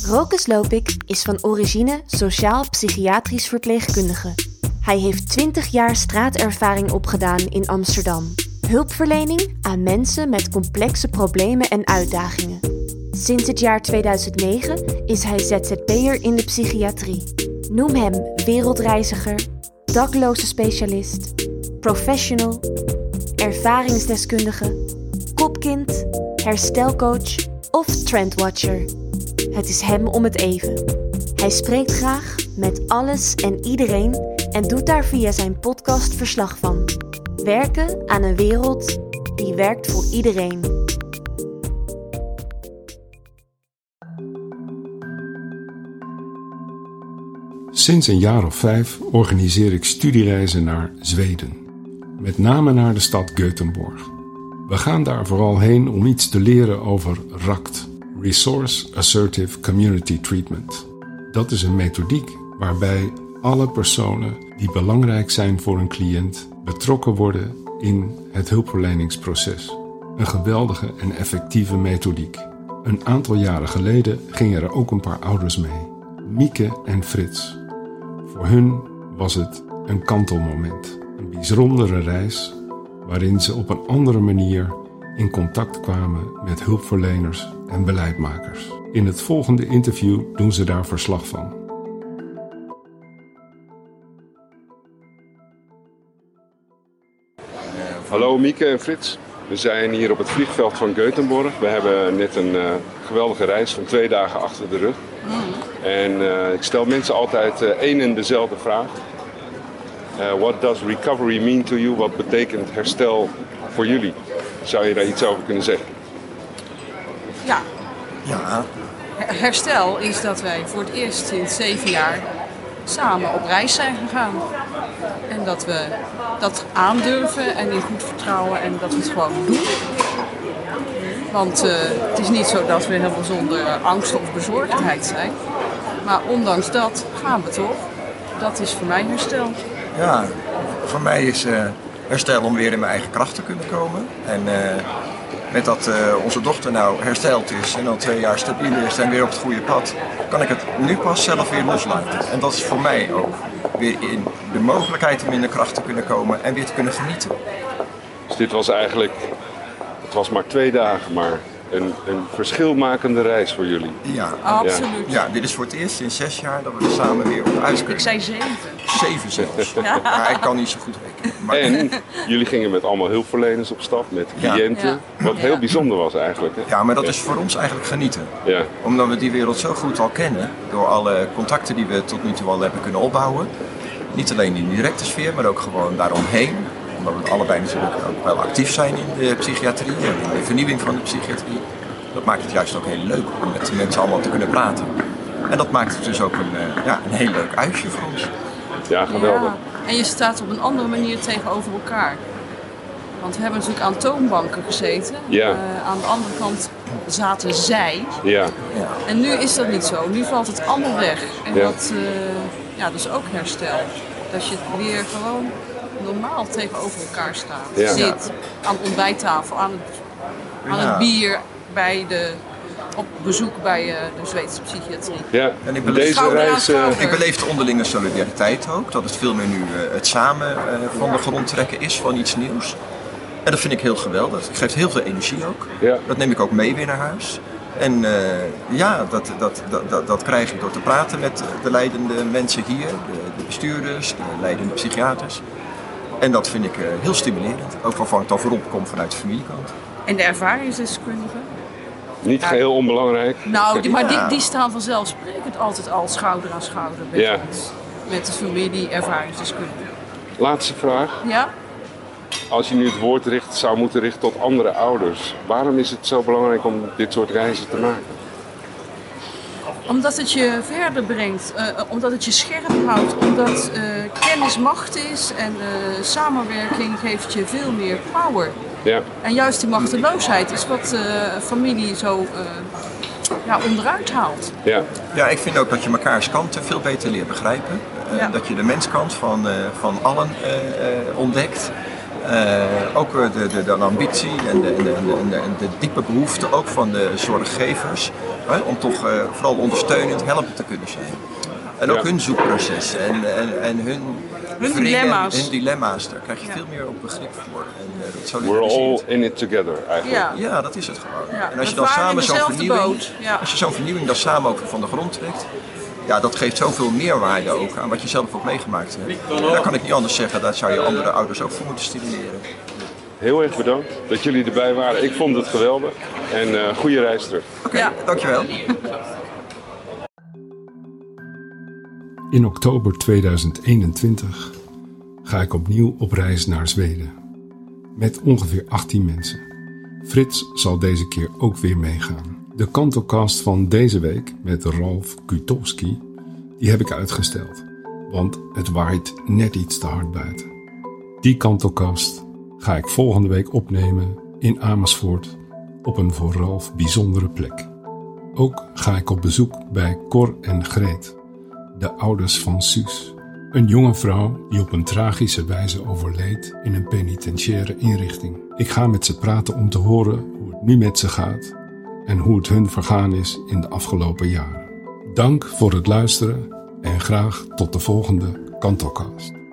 Rokus Lopik is van origine sociaal-psychiatrisch verpleegkundige. Hij heeft 20 jaar straatervaring opgedaan in Amsterdam. Hulpverlening aan mensen met complexe problemen en uitdagingen. Sinds het jaar 2009 is hij ZZP'er in de psychiatrie. Noem hem wereldreiziger, dakloze specialist, professional, ervaringsdeskundige, kopkind, herstelcoach of trendwatcher. Het is hem om het even. Hij spreekt graag met alles en iedereen en doet daar via zijn podcast verslag van. Werken aan een wereld die werkt voor iedereen. Sinds een jaar of 5 organiseer ik studiereizen naar Zweden. Met name naar de stad Göteborg. We gaan daar vooral heen om iets te leren over RACT, Resource Assertive Community Treatment. Dat is een methodiek waarbij alle personen die belangrijk zijn voor een cliënt betrokken worden in het hulpverleningsproces. Een geweldige en effectieve methodiek. Een aantal jaren geleden gingen er ook een paar ouders mee. Mieke en Frits. Voor hun was het een kantelmoment. Een bijzondere reis waarin ze op een andere manier in contact kwamen met hulpverleners en beleidmakers. In het volgende interview doen ze daar verslag van. Hallo Mieke en Frits. We zijn hier op het vliegveld van Göteborg. We hebben net een geweldige reis van 2 dagen achter de rug. En ik stel mensen altijd één en dezelfde vraag. What does recovery mean to you? Wat betekent herstel voor jullie? Zou je daar iets over kunnen zeggen? Ja. Herstel is dat wij voor het eerst in 7 jaar samen op reis zijn gegaan. En dat we dat aandurven en in goed vertrouwen en dat we het gewoon doen. Want het is niet zo dat we helemaal zonder angst of bezorgdheid zijn. Maar ondanks dat gaan we toch. Dat is voor mij herstel. Ja, voor mij is herstel om weer in mijn eigen kracht te kunnen komen. En met dat onze dochter nou hersteld is en al 2 jaar stabiel is en weer op het goede pad, kan ik het nu pas zelf weer loslaten. En dat is voor mij ook weer in de mogelijkheid om in de kracht te kunnen komen en weer te kunnen genieten. Dus dit was eigenlijk, het was maar 2 dagen, maar een verschilmakende reis voor jullie. Ja, absoluut. Ja, dit is voor het eerst in 6 jaar dat we er samen weer op uit kunnen. Ik zei 7. 7 zelfs. Ja. Maar ik kan niet zo goed rekenen. Maar... En jullie gingen met allemaal hulpverleners op stap, met cliënten. Ja. Wat heel bijzonder was eigenlijk. Hè? Ja, maar dat is voor ons eigenlijk genieten. Ja. Omdat we die wereld zo goed al kennen. Door alle contacten die we tot nu toe al hebben kunnen opbouwen. Niet alleen in de directe sfeer, maar ook gewoon daaromheen. Omdat we allebei natuurlijk ook wel actief zijn in de psychiatrie en in de vernieuwing van de psychiatrie. Dat maakt het juist ook heel leuk om met de mensen allemaal te kunnen praten. En dat maakt het dus ook een heel leuk uitje voor ons. Ja, geweldig. Ja. En je staat op een andere manier tegenover elkaar. Want we hebben natuurlijk aan toonbanken gezeten. Ja. Aan de andere kant zaten zij. Ja. En nu is dat niet zo. Nu valt het allemaal weg. En dat is ook herstel. Dat je weer gewoon normaal tegenover elkaar staat. Ja. Zit aan de ontbijttafel, aan het bier, op bezoek bij de Zweedse psychiatrie. Ja, en ik beleef de onderlinge solidariteit ook. Dat het veel meer nu het samen van de grond trekken is van iets nieuws. En dat vind ik heel geweldig. Het geeft heel veel energie ook. Ja. Dat neem ik ook mee weer naar huis. En dat krijg ik door te praten met de leidende mensen hier. De bestuurders, de leidende psychiaters. En dat vind ik heel stimulerend. Ook waarvan ik dan voorop kom vanuit de familiekant. En de ervaringsdeskundigen? Niet geheel onbelangrijk. Nou, maar die staan vanzelfsprekend altijd al schouder aan schouder met ons. Met de familie, ervaringsdeskundigen. Laatste vraag. Ja? Als je nu het woord zou moeten richten tot andere ouders, waarom is het zo belangrijk om dit soort reizen te maken? Omdat het je verder brengt, omdat het je scherp houdt, omdat kennis macht is en samenwerking geeft je veel meer power. Ja. En juist die machteloosheid is wat familie zo onderuit haalt. Ja, ik vind ook dat je mekaars kanten veel beter leert begrijpen. Dat je de menskant van allen ontdekt. Ook de ambitie en de diepe behoefte ook van de zorggevers. Om toch vooral ondersteunend helpen te kunnen zijn. En ook hun zoekproces en hun dilemma's. Daar krijg je veel meer op begrip voor. En, we're all in it together eigenlijk. Ja, dat is het gewoon. Ja, en als je dan samen zo'n vernieuwing dan samen ook van de grond trekt, ja, dat geeft zoveel meerwaarde ook aan wat je zelf ook meegemaakt hebt. En daar kan ik niet anders zeggen, daar zou je andere ouders ook voor moeten stimuleren. Heel erg bedankt dat jullie erbij waren. Ik vond het geweldig en goede reis terug. Oké, dankjewel. In oktober 2021 ga ik opnieuw op reis naar Zweden. Met ongeveer 18 mensen. Frits zal deze keer ook weer meegaan. De Kantocast van deze week met Ralf Kutowski, die heb ik uitgesteld. Want het waait net iets te hard buiten. Die Kantocast ga ik volgende week opnemen in Amersfoort op een voor Ralf bijzondere plek. Ook ga ik op bezoek bij Cor en Greet, de ouders van Suus. Een jonge vrouw die op een tragische wijze overleed in een penitentiaire inrichting. Ik ga met ze praten om te horen hoe het nu met ze gaat en hoe het hun vergaan is in de afgelopen jaren. Dank voor het luisteren en graag tot de volgende Kantocast.